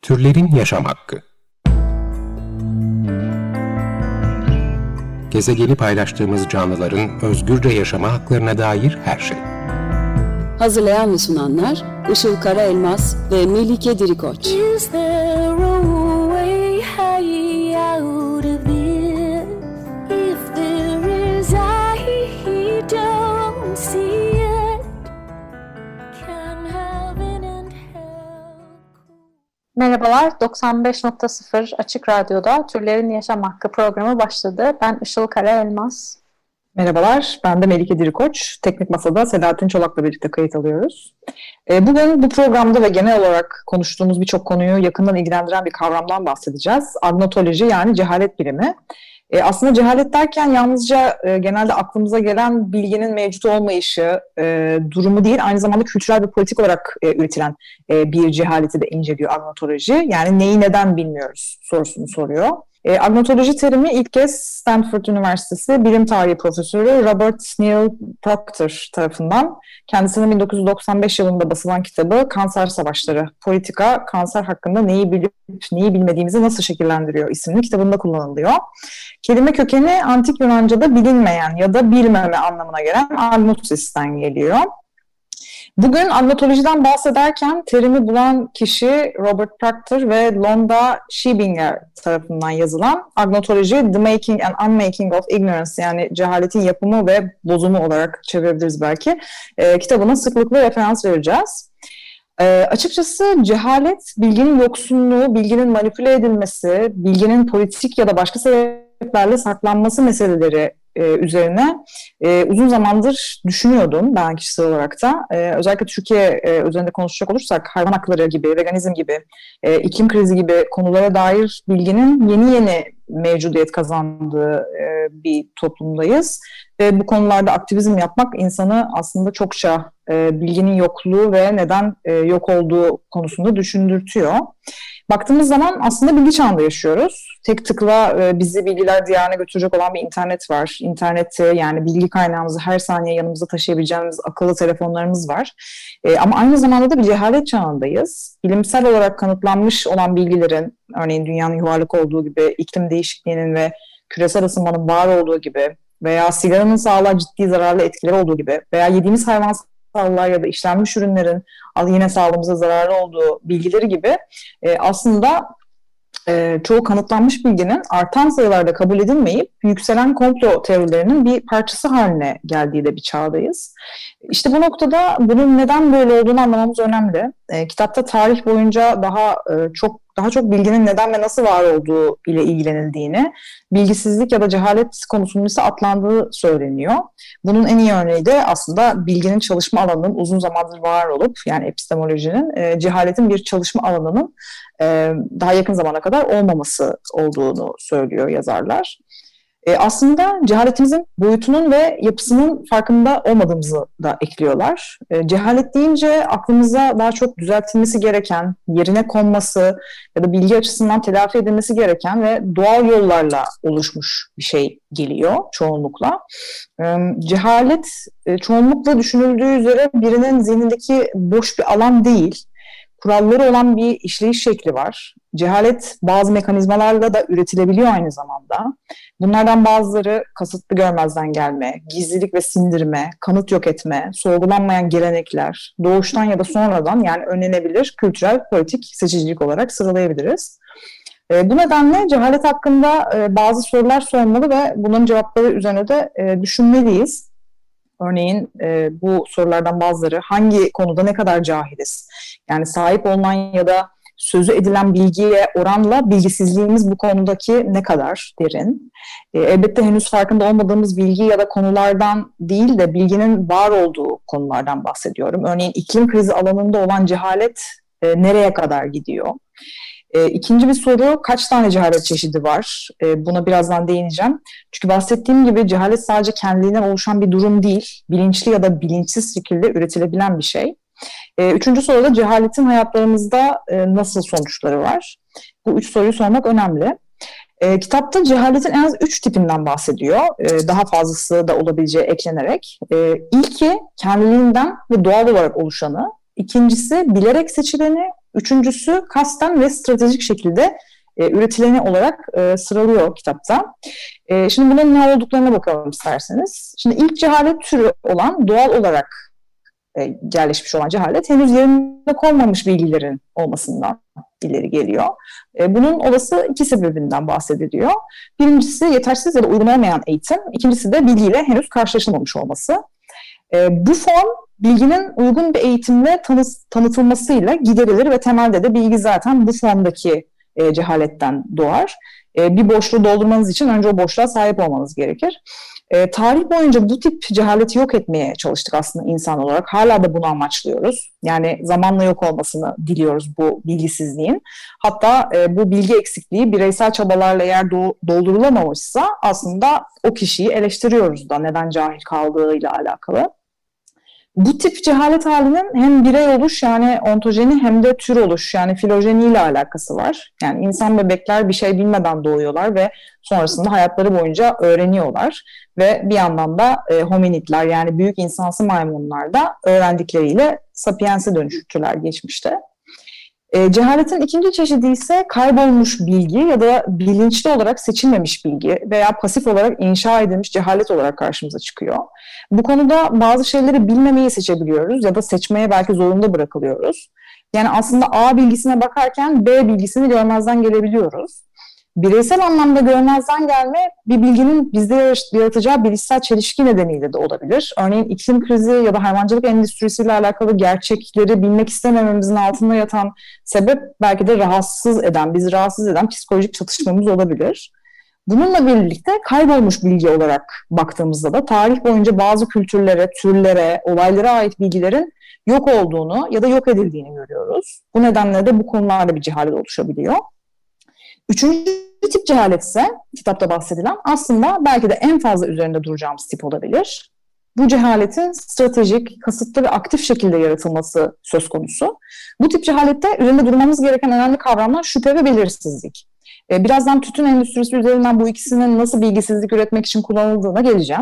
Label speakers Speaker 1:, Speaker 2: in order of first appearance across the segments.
Speaker 1: Türlerin yaşam hakkı. Gezegeni paylaştığımız canlıların özgürce yaşama haklarına dair her şey.
Speaker 2: Hazırlayan ve sunanlar Işıl Karaelmaz ve Melike Dirikoç.
Speaker 3: Merhabalar, 95.0 Açık Radyo'da Türlerin Yaşam Hakkı programı başladı. Ben Işıl Karaelmaz.
Speaker 4: Merhabalar, ben de Melike Dirikoç. Teknik Masa'da Selahattin Çolak'la birlikte kayıt alıyoruz. Bugün bu programda ve genel olarak konuştuğumuz birçok konuyu yakından ilgilendiren bir kavramdan bahsedeceğiz. Agnotoloji, yani cehalet bilimi. Aslında cehalet derken yalnızca genelde aklımıza gelen bilginin mevcut olmayışı durumu değil, aynı zamanda kültürel ve politik olarak üretilen bir cehaleti de inceliyor agnotoloji. Yani neyi neden bilmiyoruz sorusunu soruyor. Agnotoloji terimi ilk kez Stanford Üniversitesi Bilim Tarihi Profesörü Robert Neil Proctor tarafından kendisinin 1995 yılında basılan kitabı Kanser Savaşları, Politika, Kanser hakkında neyi bilip neyi bilmediğimizi nasıl şekillendiriyor isimli kitabında kullanılıyor. Kelime kökeni Antik Yunanca'da bilinmeyen ya da bilmeme anlamına gelen agnosis'ten geliyor. Bugün agnotolojiden bahsederken terimi bulan kişi Robert Proctor ve Londa Schiebinger tarafından yazılan Agnotology, The Making and Unmaking of Ignorance, yani cehaletin yapımı ve bozumu olarak çevirebiliriz belki, kitabına sıklıkla referans vereceğiz. Açıkçası cehalet, bilginin yoksunluğu, bilginin manipüle edilmesi, bilginin politik ya da başka sebeplerle saklanması meseleleri üzerine uzun zamandır düşünüyordum ben kişisel olarak da. Özellikle Türkiye üzerinde konuşacak olursak hayvan hakları gibi, veganizm gibi, iklim krizi gibi konulara dair bilginin yeni mevcudiyet kazandığı bir toplumdayız. Ve bu konularda aktivizm yapmak insanı aslında çokça bilginin yokluğu ve neden yok olduğu konusunda düşündürtüyor. Baktığımız zaman aslında bilgi çağında yaşıyoruz. Tek tıkla bizi bilgiler diyarına götürecek olan bir internet var. İnterneti, yani bilgi kaynağımızı her saniye yanımızda taşıyabileceğimiz akıllı telefonlarımız var. Ama aynı zamanda da bir cehalet çağındayız. Bilimsel olarak kanıtlanmış olan bilgilerin, örneğin dünyanın yuvarlak olduğu gibi, iklim değişikliğinin ve küresel ısınmanın var olduğu gibi veya sigaranın sağlığa ciddi zararlı etkileri olduğu gibi veya yediğimiz hayvansallar ya da işlenmiş ürünlerin yine sağlığımıza zararlı olduğu bilgileri gibi aslında çoğu kanıtlanmış bilginin artan sayılarda kabul edilmeyip yükselen komplo teorilerinin bir parçası haline geldiği de bir çağdayız. İşte bu noktada bunun neden böyle olduğunu anlamamız önemli. Kitapta tarih boyunca daha çok bilginin neden ve nasıl var olduğu ile ilgilenildiğini, bilgisizlik ya da cehalet konusunun ise atlandığı söyleniyor. Bunun en iyi örneği de aslında bilginin çalışma alanının uzun zamandır var olup, yani epistemolojinin cehaletin bir çalışma alanının daha yakın zamana kadar olmaması olduğunu söylüyor yazarlar. Aslında cehaletimizin boyutunun ve yapısının farkında olmadığımızı da ekliyorlar. Cehalet deyince aklımıza daha çok düzeltilmesi gereken, yerine konması ya da bilgi açısından telafi edilmesi gereken ve doğal yollarla oluşmuş bir şey geliyor çoğunlukla. Cehalet çoğunlukla düşünüldüğü üzere birinin zihnindeki boş bir alan değil, kuralları olan bir işleyiş şekli var. Cehalet bazı mekanizmalarla da üretilebiliyor aynı zamanda. Bunlardan bazıları kasıtlı görmezden gelme, gizlilik ve sindirme, kanıt yok etme, sorgulanmayan gelenekler, doğuştan ya da sonradan, yani önlenebilir kültürel, politik seçicilik olarak sıralayabiliriz. Bu nedenle cehalet hakkında bazı sorular sormalı ve bunların cevapları üzerine de düşünmeliyiz. Örneğin bu sorulardan bazıları: hangi konuda ne kadar cahiliz? Yani sahip olunan ya da sözü edilen bilgiye oranla bilgisizliğimiz bu konudaki ne kadar derin? Elbette henüz farkında olmadığımız bilgi ya da konulardan değil de bilginin var olduğu konulardan bahsediyorum. Örneğin iklim krizi alanında olan cehalet nereye kadar gidiyor? İkinci bir soru: kaç tane cehalet çeşidi var? Buna birazdan değineceğim. Çünkü bahsettiğim gibi cehalet sadece kendiliğinden oluşan bir durum değil, bilinçli ya da bilinçsiz şekilde üretilebilen bir şey. Üçüncü soruda cehaletin hayatlarımızda nasıl sonuçları var? Bu üç soruyu sormak önemli. Kitapta cehaletin en az 3 tipinden bahsediyor. Daha fazlası da olabileceği eklenerek. İlki kendiliğinden ve doğal olarak oluşanı. İkincisi bilerek seçileni. Üçüncüsü kasten ve stratejik şekilde üretileni olarak sıralıyor kitapta. Şimdi bunun ne olduklarına bakalım isterseniz. Şimdi ilk cehalet türü olan doğal olarak yerleşmiş olan cehalet henüz yerine konmamış bilgilerin olmasından ileri geliyor. Bunun olası iki sebebinden bahsediliyor. Birincisi yetersiz ya da uygun olmayan eğitim. İkincisi de bilgiyle henüz karşılaşılmamış olması. Bu form bilginin uygun bir eğitimle tanıtılmasıyla giderilir ve temelde de bilgi zaten bu formdaki cehaletten doğar. Bir boşluğu doldurmanız için önce o boşluğa sahip olmanız gerekir. Tarih boyunca bu tip cehaleti yok etmeye çalıştık aslında insan olarak. Hala da bunu amaçlıyoruz. Yani zamanla yok olmasını diliyoruz bu bilgisizliğin. Hatta bu bilgi eksikliği bireysel çabalarla eğer doldurulamamışsa aslında o kişiyi eleştiriyoruz da neden cahil kaldığıyla alakalı. Bu tip cehalet halinin hem birey oluş yani ontojeni hem de tür oluş yani filojeniyle alakası var. Yani insan bebekler bir şey bilmeden doğuyorlar ve sonrasında hayatları boyunca öğreniyorlar. Ve bir yandan da hominidler yani büyük insansı maymunlar da öğrendikleriyle sapiense dönüştüler geçmişte. Cehaletin ikinci çeşidi ise kaybolmuş bilgi ya da bilinçli olarak seçilmemiş bilgi veya pasif olarak inşa edilmiş cehalet olarak karşımıza çıkıyor. Bu konuda bazı şeyleri bilmemeyi seçebiliyoruz ya da seçmeye belki zorunda bırakılıyoruz. Yani aslında A bilgisine bakarken B bilgisini görmezden gelebiliyoruz. Bireysel anlamda görmezden gelme bir bilginin bizde yaratacağı bilişsel çelişki nedeniyle de olabilir. Örneğin iklim krizi ya da hayvancılık endüstrisiyle alakalı gerçekleri bilmek istemememizin altında yatan sebep belki de bizi rahatsız eden psikolojik çatışmamız olabilir. Bununla birlikte kaybolmuş bilgi olarak baktığımızda da tarih boyunca bazı kültürlere, türlere, olaylara ait bilgilerin yok olduğunu ya da yok edildiğini görüyoruz. Bu nedenle de bu konularda bir cehalet oluşabiliyor. Üçüncü tip cehalet ise kitapta bahsedilen aslında belki de en fazla üzerinde duracağımız tip olabilir. Bu cehaletin stratejik, kasıtlı ve aktif şekilde yaratılması söz konusu. Bu tip cehalette üzerinde durmamız gereken önemli kavramlar şüphe ve belirsizlik. Birazdan tütün endüstrisi üzerinden bu ikisinin nasıl bilgisizlik üretmek için kullanıldığına geleceğim.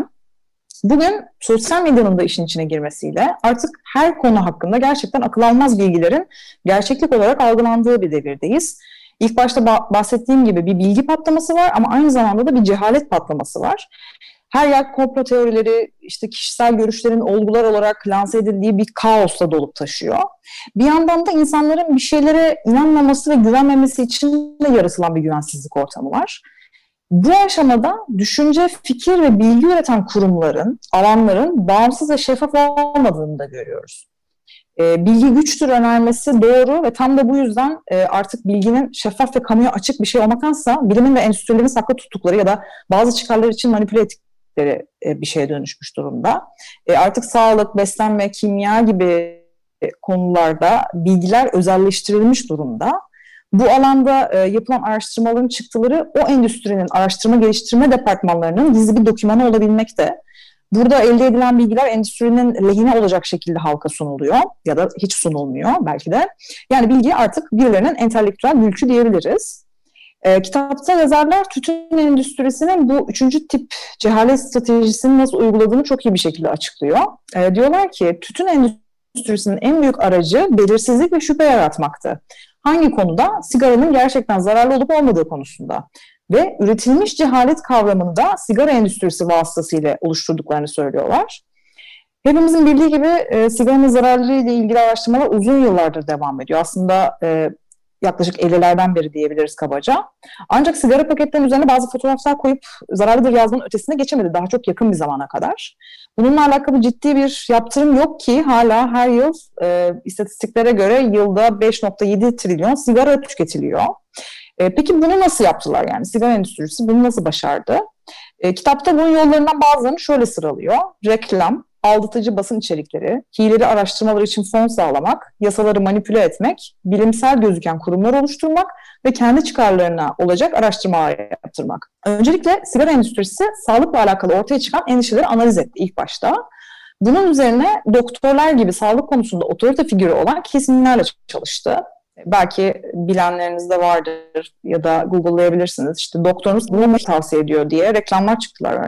Speaker 4: Bugün sosyal medyanın da işin içine girmesiyle artık her konu hakkında gerçekten akıl almaz bilgilerin gerçeklik olarak algılandığı bir devirdeyiz. İlk başta bahsettiğim gibi bir bilgi patlaması var ama aynı zamanda da bir cehalet patlaması var. Her yer komplo teorileri, işte kişisel görüşlerin olgular olarak lanse edildiği bir kaosla dolup taşıyor. Bir yandan da insanların bir şeylere inanmaması ve güvenmemesi için de yaratılan bir güvensizlik ortamı var. Bu aşamada düşünce, fikir ve bilgi üreten kurumların, alanların bağımsız ve şeffaf olmadığını da görüyoruz. Bilgi güçtür önermesi doğru ve tam da bu yüzden artık bilginin şeffaf ve kamuya açık bir şey olmaktansa bilimin ve endüstrilerin saklı tuttukları ya da bazı çıkarlar için manipüle ettikleri bir şeye dönüşmüş durumda. Artık sağlık, beslenme, kimya gibi konularda bilgiler özelleştirilmiş durumda. Bu alanda yapılan araştırmaların çıktıları o endüstrinin araştırma geliştirme departmanlarının gizli bir dokümanı olabilmekte. Burada elde edilen bilgiler endüstrinin lehine olacak şekilde halka sunuluyor ya da hiç sunulmuyor belki de. Yani bilgi artık birilerinin entelektüel mülkü diyebiliriz. Kitapta yazarlar tütün endüstrisinin bu üçüncü tip cehalet stratejisini nasıl uyguladığını çok iyi bir şekilde açıklıyor. Diyorlar ki tütün endüstrisinin en büyük aracı belirsizlik ve şüphe yaratmaktı. Hangi konuda? Sigaranın gerçekten zararlı olup olmadığı konusunda. Ve üretilmiş cehalet kavramını da sigara endüstrisi vasıtasıyla oluşturduklarını söylüyorlar. Hepimizin bildiği gibi sigaranın zararlarıyla ilgili araştırmalar uzun yıllardır devam ediyor. Aslında yaklaşık 50'lerden beri diyebiliriz kabaca. Ancak sigara paketlerinin üzerine bazı fotoğraflar koyup zararlıdır yazmanın ötesine geçemedi daha çok yakın bir zamana kadar. Bununla alakalı ciddi bir yaptırım yok ki hala her yıl istatistiklere göre yılda 5,7 trilyon sigara tüketiliyor. Peki bunu nasıl yaptılar yani? Sigara endüstrisi bunu nasıl başardı? Kitapta bunun yollarından bazılarını şöyle sıralıyor. Reklam, aldatıcı basın içerikleri, hileli araştırmalar için fon sağlamak, yasaları manipüle etmek, bilimsel gözüken kurumlar oluşturmak ve kendi çıkarlarına olacak araştırmalar yaptırmak. Öncelikle sigara endüstrisi sağlıkla alakalı ortaya çıkan endişeleri analiz etti ilk başta. Bunun üzerine doktorlar gibi sağlık konusunda otorite figürü olan kesimlerle çalıştı. Belki bilenleriniz de vardır ya da Google'layabilirsiniz. İşte doktorunuz bunu tavsiye ediyor diye reklamlar çıktılar örneğin.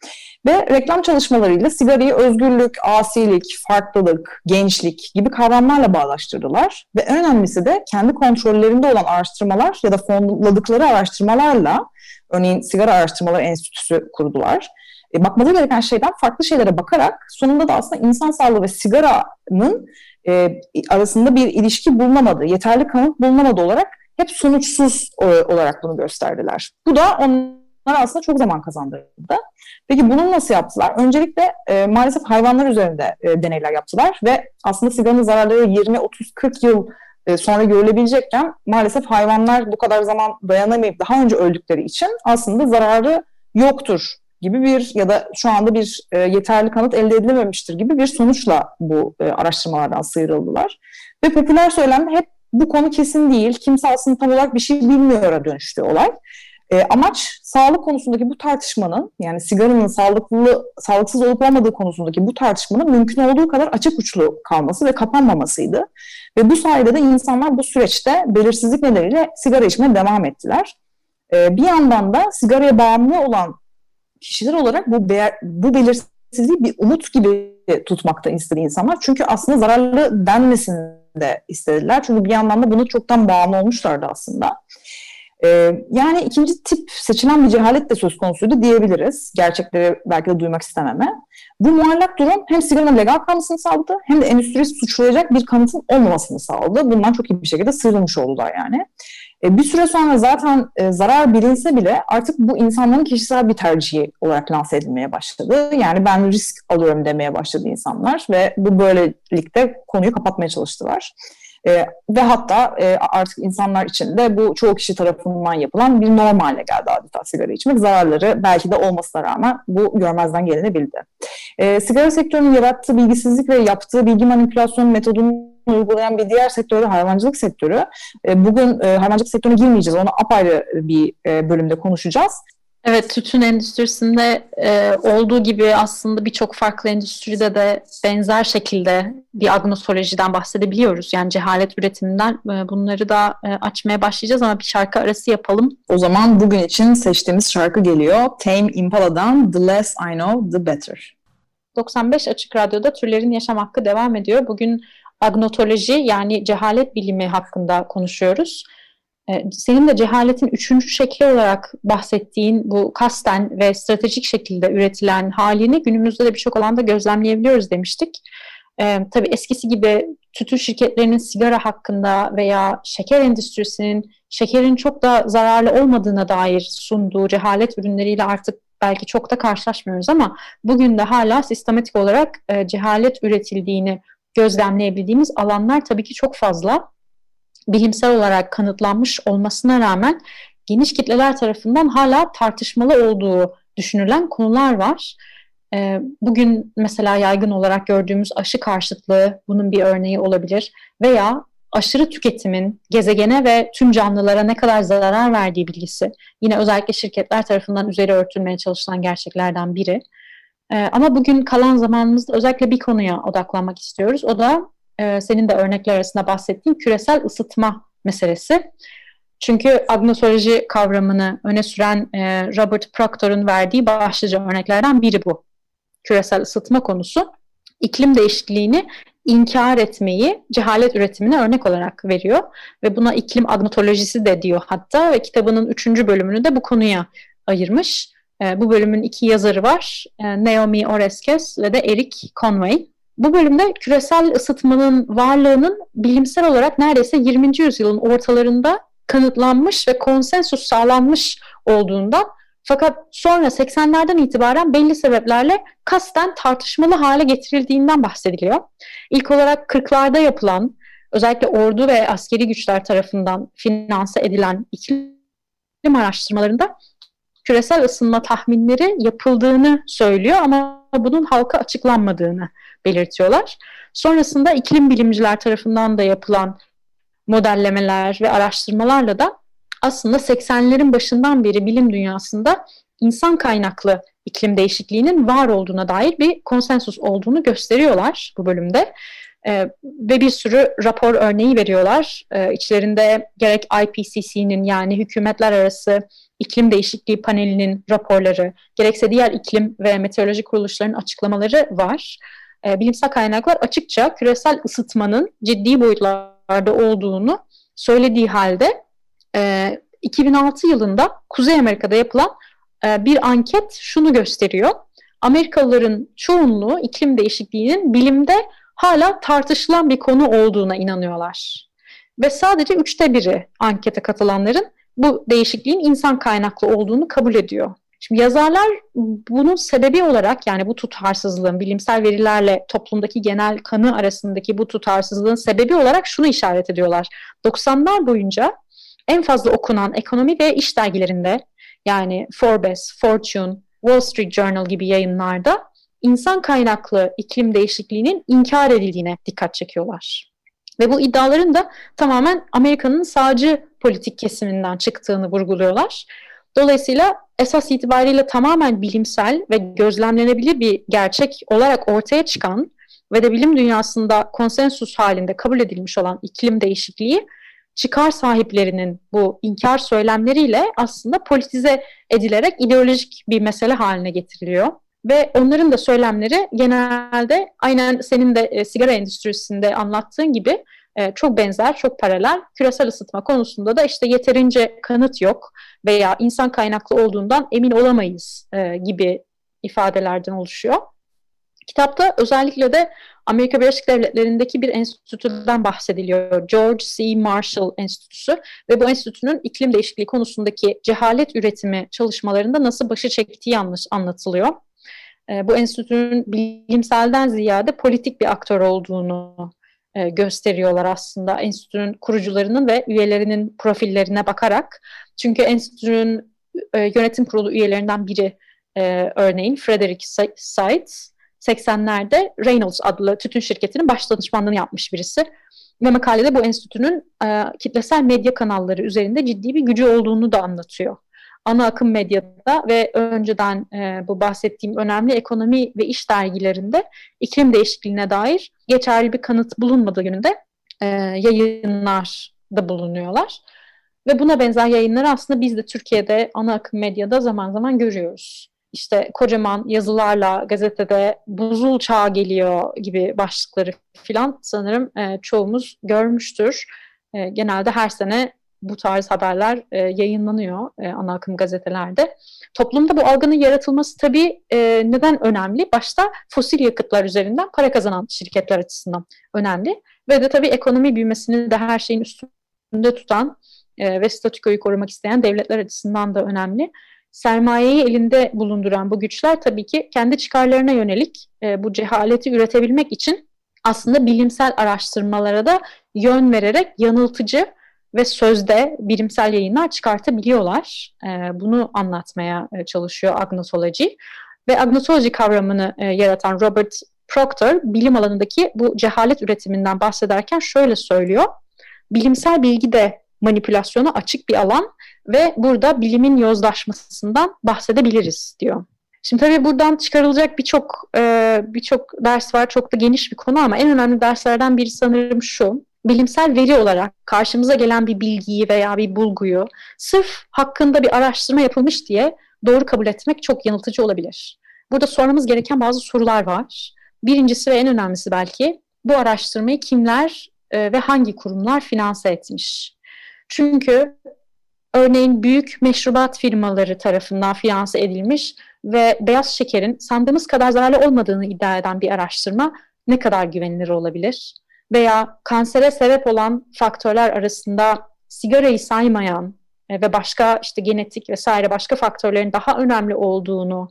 Speaker 4: Ve reklam çalışmalarıyla sigarayı özgürlük, asilik, farklılık, gençlik gibi kavramlarla bağdaştırdılar. Ve en önemlisi de kendi kontrollerinde olan araştırmalar ya da fonladıkları araştırmalarla, örneğin Sigara Araştırmaları Enstitüsü kurdular. Bakmaları gereken şeyden farklı şeylere bakarak sonunda da aslında insan sağlığı ve sigaranın arasında bir ilişki bulunamadığı, yeterli kanıt bulunamadığı olarak hep sonuçsuz olarak bunu gösterdiler. Bu da onlara aslında çok zaman kazandırdı. Peki bunu nasıl yaptılar? Öncelikle maalesef hayvanlar üzerinde deneyler yaptılar ve aslında sigaranın zararları 20, 30, 40 yıl sonra görülebilecekken maalesef hayvanlar bu kadar zaman dayanamayıp daha önce öldükleri için aslında zararı yoktur gibi bir ya da şu anda bir yeterli kanıt elde edilememiştir gibi bir sonuçla bu araştırmalardan sıyrıldılar. Ve popüler söylemde hep bu konu kesin değil, kimse aslında tam olarak bir şey bilmiyor'a dönüştü olay. Amaç sağlık konusundaki bu tartışmanın, yani sigaranın sağlıksız olup olmadığı konusundaki bu tartışmanın mümkün olduğu kadar açık uçlu kalması ve kapanmamasıydı. Ve bu sayede de insanlar bu süreçte belirsizlik nedeniyle sigara içmeye devam ettiler. Bir yandan da sigaraya bağımlı olan kişiler olarak bu belirsizliği bir umut gibi tutmakta istedi insanlar. Çünkü aslında zararlı denmesini de istediler. Çünkü bir yandan da bunu çoktan bağımlı olmuşlardı aslında. Yani ikinci tip seçilen bir cehalet de söz konusuydu diyebiliriz. Gerçekleri belki de duymak istememe. Bu muallak durum hem sigaranın legal kalmasını sağladı hem de endüstriyi suçlayacak bir kanıtın olmamasını sağladı. Bundan çok iyi bir şekilde sıyrılmış oldular yani. Bir süre sonra zaten zarar bilinse bile artık bu insanların kişisel bir tercihi olarak lanse edilmeye başladı. Yani ben risk alıyorum demeye başladı insanlar ve bu böylelikle konuyu kapatmaya çalıştılar. Ve hatta artık insanlar için de bu çoğu kişi tarafından yapılan bir normal geldi adeta sigara içmek. Zararları belki de olmasına rağmen bu görmezden gelinebildi. Sigara sektörünün yarattığı bilgisizlik ve yaptığı bilgi manipülasyon metodunu uygulayan bir diğer sektörü hayvancılık sektörü. Bugün hayvancılık sektörüne girmeyeceğiz. Onu apayrı bir bölümde konuşacağız.
Speaker 3: Evet, tütün endüstrisinde olduğu gibi aslında birçok farklı endüstride de benzer şekilde bir agnosolojiden bahsedebiliyoruz. Yani cehalet üretiminden bunları da açmaya başlayacağız ama bir şarkı arası yapalım.
Speaker 4: O zaman bugün için seçtiğimiz şarkı geliyor. Tame Impala'dan The Less I Know The Better.
Speaker 3: 95 Açık Radyo'da Türlerin Yaşam Hakkı devam ediyor. Bugün agnotoloji yani cehalet bilimi hakkında konuşuyoruz. Senin de cehaletin üçüncü şekli olarak bahsettiğin bu kasten ve stratejik şekilde üretilen halini günümüzde de birçok alanda gözlemleyebiliyoruz demiştik. Tabii eskisi gibi tütün şirketlerinin sigara hakkında veya şeker endüstrisinin şekerin çok da zararlı olmadığına dair sunduğu cehalet ürünleriyle artık belki çok da karşılaşmıyoruz ama bugün de hala sistematik olarak cehalet üretildiğini gözlemleyebildiğimiz alanlar tabii ki çok fazla. Bilimsel olarak kanıtlanmış olmasına rağmen geniş kitleler tarafından hala tartışmalı olduğu düşünülen konular var. Bugün mesela yaygın olarak gördüğümüz aşı karşıtlığı bunun bir örneği olabilir veya aşırı tüketimin gezegene ve tüm canlılara ne kadar zarar verdiği bilgisi yine özellikle şirketler tarafından üzeri örtülmeye çalışılan gerçeklerden biri. Ama bugün kalan zamanımızda özellikle bir konuya odaklanmak istiyoruz. O da senin de örnekler arasında bahsettiğin küresel ısıtma meselesi. Çünkü agnosoloji kavramını öne süren Robert Proctor'un verdiği başlıca örneklerden biri bu. Küresel ısıtma konusu iklim değişikliğini inkar etmeyi cehalet üretimine örnek olarak veriyor. Ve buna iklim agnotolojisi de diyor hatta ve kitabının 3. bölümünü de bu konuya ayırmış. Bu bölümün 2 yazarı var. Naomi Oreskes ve de Eric Conway. Bu bölümde küresel ısıtmanın varlığının bilimsel olarak neredeyse 20. yüzyılın ortalarında kanıtlanmış ve konsensus sağlanmış olduğundan fakat sonra 80'lerden itibaren belli sebeplerle kasten tartışmalı hale getirildiğinden bahsediliyor. İlk olarak 40'larda yapılan, özellikle ordu ve askeri güçler tarafından finanse edilen iklim araştırmalarında küresel ısınma tahminleri yapıldığını söylüyor ama bunun halka açıklanmadığını belirtiyorlar. Sonrasında iklim bilimciler tarafından da yapılan modellemeler ve araştırmalarla da aslında 80'lerin başından beri bilim dünyasında insan kaynaklı iklim değişikliğinin var olduğuna dair bir konsensus olduğunu gösteriyorlar bu bölümde. Ve bir sürü rapor örneği veriyorlar. İçlerinde gerek IPCC'nin yani Hükümetler Arası İklim Değişikliği Paneli'nin raporları, gerekse diğer iklim ve meteoroloji kuruluşlarının açıklamaları var. Bilimsel kaynaklar açıkça küresel ısıtmanın ciddi boyutlarda olduğunu söylediği halde 2006 yılında Kuzey Amerika'da yapılan bir anket şunu gösteriyor. Amerikalıların çoğunluğu iklim değişikliğinin bilimde hala tartışılan bir konu olduğuna inanıyorlar. Ve sadece 1/3 ankete katılanların bu değişikliğin insan kaynaklı olduğunu kabul ediyor. Şimdi yazarlar bunun sebebi olarak, yani bu tutarsızlığın, bilimsel verilerle toplumdaki genel kanı arasındaki bu tutarsızlığın sebebi olarak şunu işaret ediyorlar. 90'lar boyunca en fazla okunan ekonomi ve iş dergilerinde, yani Forbes, Fortune, Wall Street Journal gibi yayınlarda insan kaynaklı iklim değişikliğinin inkar edildiğine dikkat çekiyorlar. Ve bu iddiaların da tamamen Amerika'nın sağcı politik kesiminden çıktığını vurguluyorlar. Dolayısıyla esas itibariyle tamamen bilimsel ve gözlemlenebilir bir gerçek olarak ortaya çıkan ve de bilim dünyasında konsensus halinde kabul edilmiş olan iklim değişikliği, çıkar sahiplerinin bu inkar söylemleriyle aslında politize edilerek ideolojik bir mesele haline getiriliyor. Ve onların da söylemleri genelde aynen senin de sigara endüstrisinde anlattığın gibi çok benzer, çok paralel. Küresel ısıtma konusunda da işte yeterince kanıt yok veya insan kaynaklı olduğundan emin olamayız gibi ifadelerden oluşuyor. Kitapta özellikle de Amerika Birleşik Devletleri'ndeki bir enstitüden bahsediliyor. George C. Marshall Enstitüsü ve bu enstitünün iklim değişikliği konusundaki cehalet üretimi çalışmalarında nasıl başı çektiği anlatılıyor. Bu enstitünün bilimselden ziyade politik bir aktör olduğunu gösteriyorlar aslında enstitünün kurucularının ve üyelerinin profillerine bakarak. Çünkü enstitünün yönetim kurulu üyelerinden biri örneğin Frederick Seitz 80'lerde Reynolds adlı tütün şirketinin baş danışmanlığını yapmış birisi. Ve makalede bu enstitünün kitlesel medya kanalları üzerinde ciddi bir gücü olduğunu da anlatıyor. Ana akım medyada ve önceden bu bahsettiğim önemli ekonomi ve iş dergilerinde iklim değişikliğine dair geçerli bir kanıt bulunmadığı yönünde yayınlarda bulunuyorlar. Ve buna benzer yayınları aslında biz de Türkiye'de ana akım medyada zaman zaman görüyoruz. İşte kocaman yazılarla gazetede buzul çağı geliyor gibi başlıkları filan sanırım çoğumuz görmüştür. Genelde her sene bu tarz haberler yayınlanıyor ana akım gazetelerde. Toplumda bu algının yaratılması tabii neden önemli? Başta fosil yakıtlar üzerinden para kazanan şirketler açısından önemli. Ve de tabii ekonomi büyümesini de her şeyin üstünde tutan ve statükoyu korumak isteyen devletler açısından da önemli. Sermayeyi elinde bulunduran bu güçler tabii ki kendi çıkarlarına yönelik bu cehaleti üretebilmek için aslında bilimsel araştırmalara da yön vererek yanıltıcı ve sözde bilimsel yayınlar çıkartabiliyorlar. Bunu anlatmaya çalışıyor agnotoloji. Ve agnotoloji kavramını yaratan Robert Proctor, bilim alanındaki bu cehalet üretiminden bahsederken şöyle söylüyor. Bilimsel bilgi de manipülasyona açık bir alan ve burada bilimin yozlaşmasından bahsedebiliriz diyor. Şimdi tabii buradan çıkarılacak birçok ders var, çok da geniş bir konu ama en önemli derslerden biri sanırım şu. Bilimsel veri olarak karşımıza gelen bir bilgiyi veya bir bulguyu sırf hakkında bir araştırma yapılmış diye doğru kabul etmek çok yanıltıcı olabilir. Burada sormamız gereken bazı sorular var. Birincisi ve en önemlisi belki bu araştırmayı kimler ve hangi kurumlar finanse etmiş? Çünkü örneğin büyük meşrubat firmaları tarafından finanse edilmiş ve beyaz şekerin sandığımız kadar zararlı olmadığını iddia eden bir araştırma ne kadar güvenilir olabilir? Veya kansere sebep olan faktörler arasında sigarayı saymayan ve başka işte genetik vesaire başka faktörlerin daha önemli olduğunu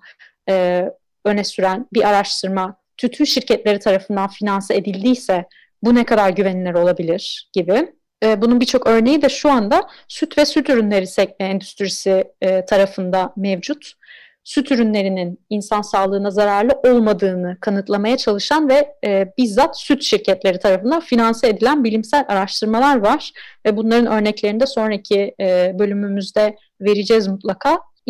Speaker 3: öne süren bir araştırma tütün şirketleri tarafından finanse edildiyse bu ne kadar güvenilir olabilir gibi. Bunun birçok örneği de şu anda süt ve süt ürünleri endüstrisi tarafında mevcut. Süt ürünlerinin insan sağlığına zararlı olmadığını kanıtlamaya çalışan ve bizzat süt şirketleri tarafından finanse edilen bilimsel araştırmalar var. Ve bunların örneklerini de sonraki bölümümüzde vereceğiz mutlaka.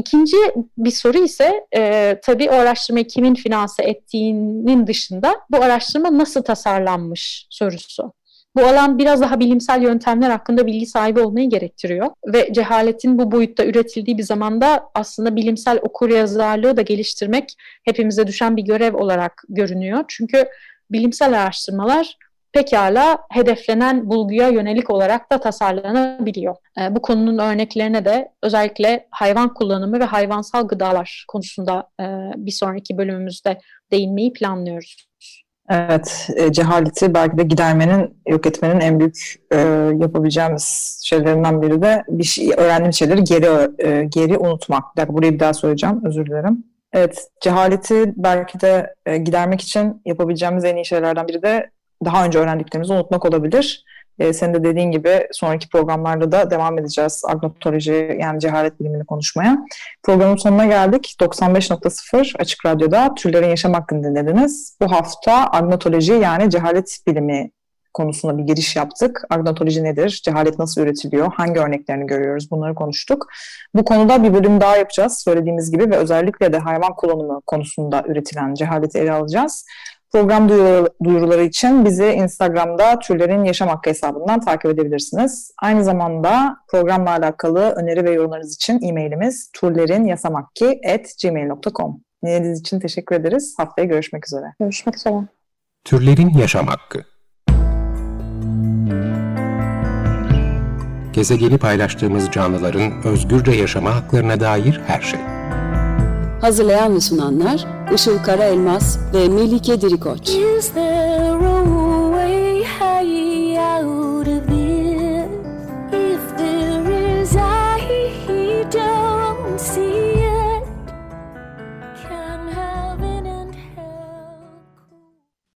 Speaker 3: İkinci bir soru ise tabii o araştırmayı kimin finanse ettiğinin dışında bu araştırma nasıl tasarlanmış sorusu. Bu alan biraz daha bilimsel yöntemler hakkında bilgi sahibi olmayı gerektiriyor ve cehaletin bu boyutta üretildiği bir zamanda aslında bilimsel okuryazarlığı da geliştirmek hepimize düşen bir görev olarak görünüyor. Çünkü bilimsel araştırmalar pekala hedeflenen bulguya yönelik olarak da tasarlanabiliyor. Bu konunun örneklerine de özellikle hayvan kullanımı ve hayvansal gıdalar konusunda bir sonraki bölümümüzde değinmeyi planlıyoruz.
Speaker 4: Evet, cehaleti belki de gidermenin, yok etmenin en büyük yapabileceğimiz şeylerinden biri de öğrendiğimiz şeyleri geri unutmak. Bir dakika, burayı bir daha söyleyeceğim, özür dilerim. Evet, cehaleti belki de gidermek için yapabileceğimiz en iyi şeylerden biri de daha önce öğrendiklerimizi unutmak olabilir. Senin de dediğin gibi sonraki programlarda da devam edeceğiz agnotoloji, yani cehalet bilimini konuşmaya. Programın sonuna geldik. 95.0 Açık Radyo'da Türlerin Yaşam Hakkını dinlediniz. Bu hafta agnotoloji, yani cehalet bilimi konusunda bir giriş yaptık. Agnotoloji nedir? Cehalet nasıl üretiliyor? Hangi örneklerini görüyoruz? Bunları konuştuk. Bu konuda bir bölüm daha yapacağız söylediğimiz gibi ve özellikle de hayvan kullanımı konusunda üretilen cehaleti ele alacağız. Program duyuruları için bizi Instagram'da Türlerin Yaşam Hakkı hesabından takip edebilirsiniz. Aynı zamanda programla alakalı öneri ve yorumlarınız için e-mailimiz turlerinyasamakki@gmail.com. Dinlediğiniz için teşekkür ederiz. Haftaya görüşmek üzere.
Speaker 3: Görüşmek üzere.
Speaker 1: Türlerin Yaşam Hakkı. Gezegeni paylaştığımız canlıların özgürce yaşama haklarına dair her şey.
Speaker 2: Hazırlayan ve sunanlar Işıl Karaelmaz ve Melike Dirikoç.
Speaker 5: Is there a way out of this?